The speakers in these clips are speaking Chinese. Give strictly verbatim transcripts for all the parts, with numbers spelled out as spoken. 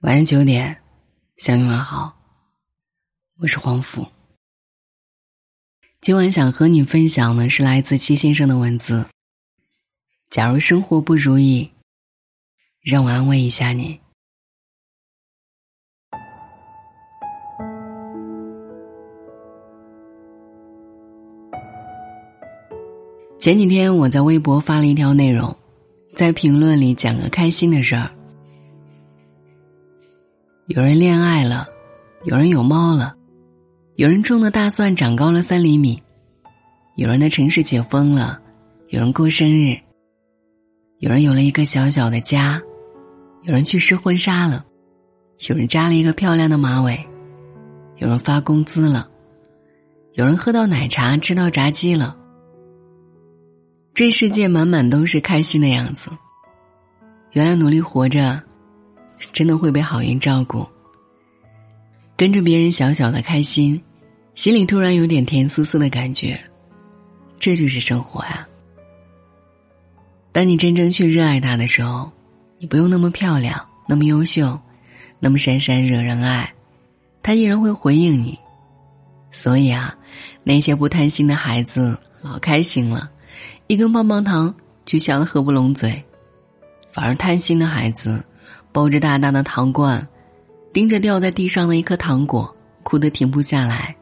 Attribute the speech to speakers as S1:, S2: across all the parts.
S1: 晚上九点，向你问好，我是黄甫。今晚想和你分享的是来自戚先生的文字。假如生活不如意，让我安慰一下你。前几天我在微博发了一条内容，在评论里讲个开心的事儿。有人恋爱了，有人有猫了，有人种的大蒜长高了三厘米，有人的城市解封了，有人过生日，有人有了一个小小的家，有人去试婚纱了，有人扎了一个漂亮的马尾，有人发工资了，有人喝到奶茶吃到炸鸡了。这世界满满都是开心的样子。原来努力活着真的会被好运照顾。跟着别人小小的开心，心里突然有点甜丝丝的感觉，这就是生活呀。当你真正去热爱它的时候，你不用那么漂亮，那么优秀，那么闪闪惹人爱，它依然会回应你。所以啊，那些不贪心的孩子老开心了，一根棒棒糖就笑得合不拢嘴，反而贪心的孩子抱着大大的糖罐，盯着掉在地上的一颗糖果，哭得停不下来。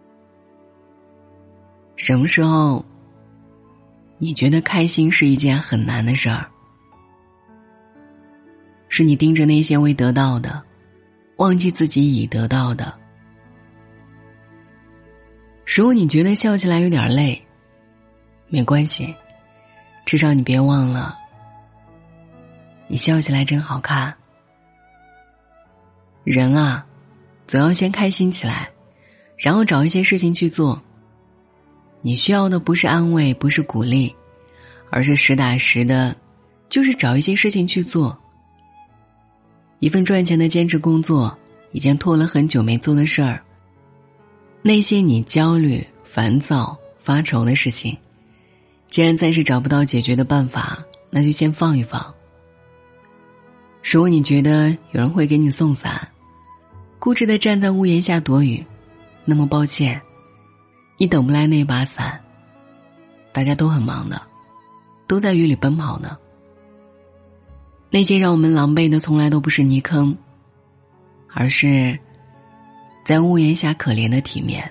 S1: 什么时候你觉得开心是一件很难的事儿？是你盯着那些未得到的，忘记自己已得到的。如果你觉得笑起来有点累，没关系，至少你别忘了，你笑起来真好看。人啊，总要先开心起来，然后找一些事情去做。你需要的不是安慰，不是鼓励，而是实打实的，就是找一些事情去做。一份赚钱的兼职工作，一件拖了很久没做的事儿，那些你焦虑、烦躁、发愁的事情，既然暂时找不到解决的办法，那就先放一放。如果你觉得有人会给你送伞，固执地站在屋檐下躲雨，那么抱歉，你等不来那把伞。大家都很忙的，都在雨里奔跑呢。那些让我们狼狈的从来都不是泥坑，而是在屋檐下可怜的体面。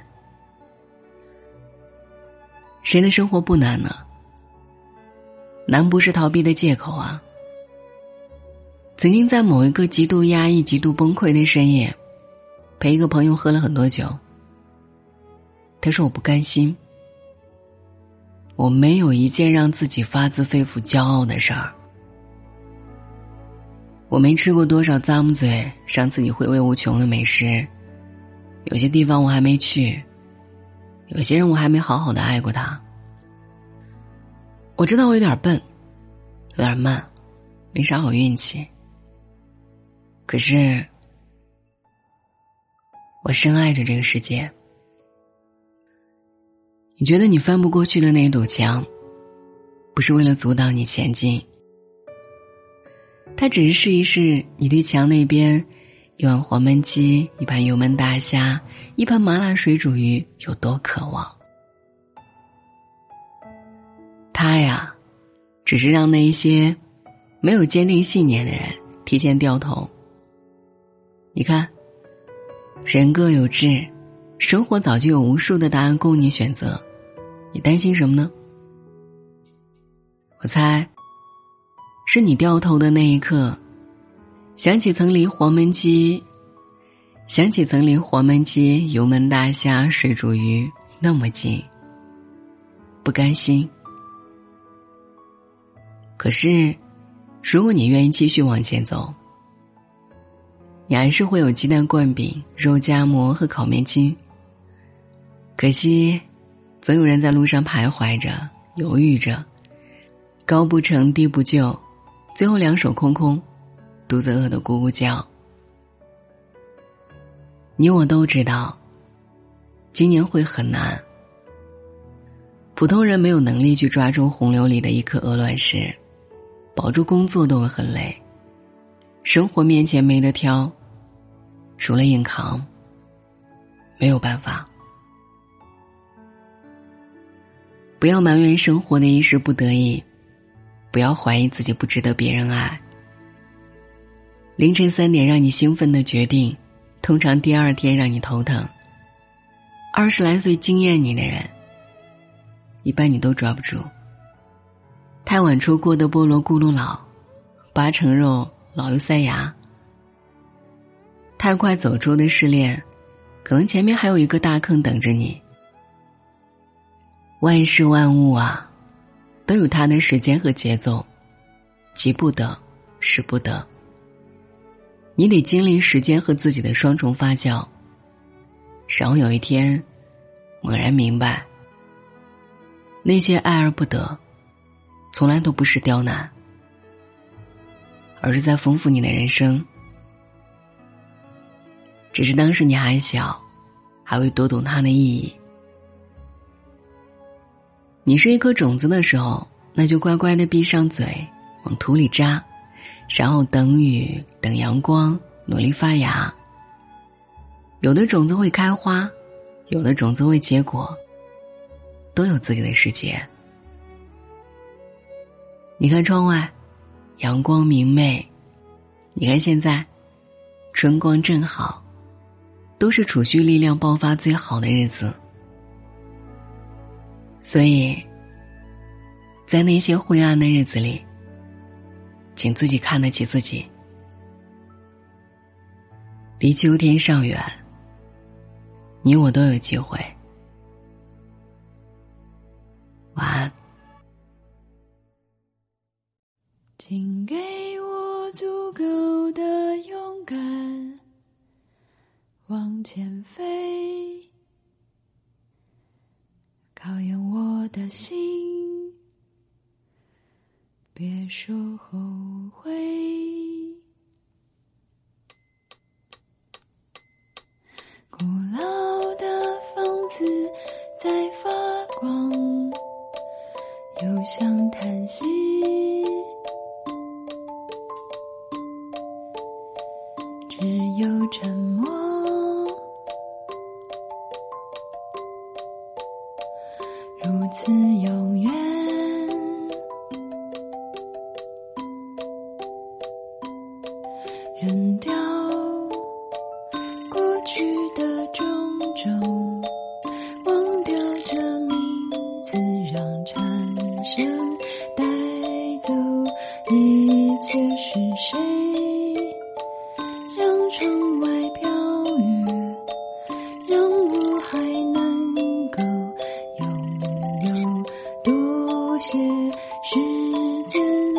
S1: 谁的生活不难呢？难不是逃避的借口啊。曾经在某一个极度压抑、极度崩溃的深夜，陪一个朋友喝了很多酒。他说我不甘心，我没有一件让自己发自肺腑骄傲的事儿。我没吃过多少咂木嘴让自己回味无穷的美食，有些地方我还没去，有些人我还没好好的爱过他。我知道我有点笨，有点慢，没啥好运气，可是我深爱着这个世界。你觉得你翻不过去的那堵墙，不是为了阻挡你前进，它只是试一试你对墙那边一碗黄焖鸡、一盘油焖大虾、一盘麻辣水煮鱼有多渴望。它呀，只是让那一些没有坚定信念的人提前掉头。你看，人各有志，生活早就有无数的答案供你选择，你担心什么呢？我猜是你掉头的那一刻，想起曾离黄焖鸡想起曾离黄焖鸡、油焖大虾、水煮鱼那么近，不甘心。可是如果你愿意继续往前走，你还是会有鸡蛋灌饼、肉夹馍和烤面筋。可惜总有人在路上徘徊着，犹豫着，高不成低不就，最后两手空空，肚子饿得咕咕叫。你我都知道今年会很难，普通人没有能力去抓住洪流里的一颗鹅卵石，保住工作都会很累，生活面前没得挑， 除了硬扛，没有办法。不要埋怨生活的一时不得已，不要怀疑自己不值得别人爱。凌晨三点让你兴奋的决定，通常第二天让你头疼。二十来岁惊艳你的人，一般你都抓不住。太晚出锅的菠萝咕噜老，八成肉老又塞牙。太快走出的失恋，可能前面还有一个大坑等着你。万事万物啊，都有它的时间和节奏，急不得，使不得。你得经历时间和自己的双重发酵，然后有一天猛然明白，那些爱而不得从来都不是刁难，而是在丰富你的人生。只是当时你还小，还未读懂它的意义。你是一颗种子的时候，那就乖乖地闭上嘴，往土里扎，然后等雨，等阳光，努力发芽。有的种子会开花，有的种子会结果，都有自己的世界。你看窗外，阳光明媚，你看现在，春光正好，都是储蓄力量爆发最好的日子。所以在那些灰暗的日子里，请自己看得起自己。离秋天尚远，你我都有机会。晚安。
S2: 请给我足够的勇敢，往前飞，考验我的心，别说后悔。古老的房子在发光，又像叹息，只有沉默，如此永远。扔掉过去的种种，忘掉这名字，让蝉声带走一切是谁，让窗外飘雨，让我还能够拥有多些时间。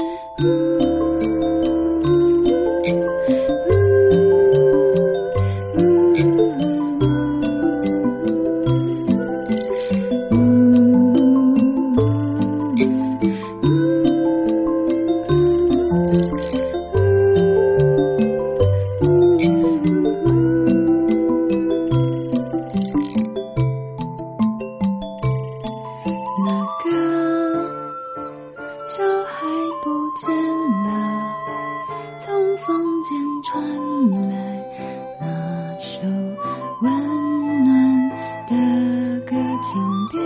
S2: 小孩不见了，从房间传来那首温暖的歌，请别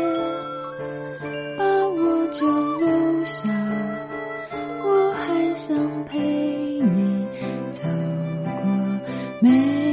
S2: 把我就留下，我还想陪你走过每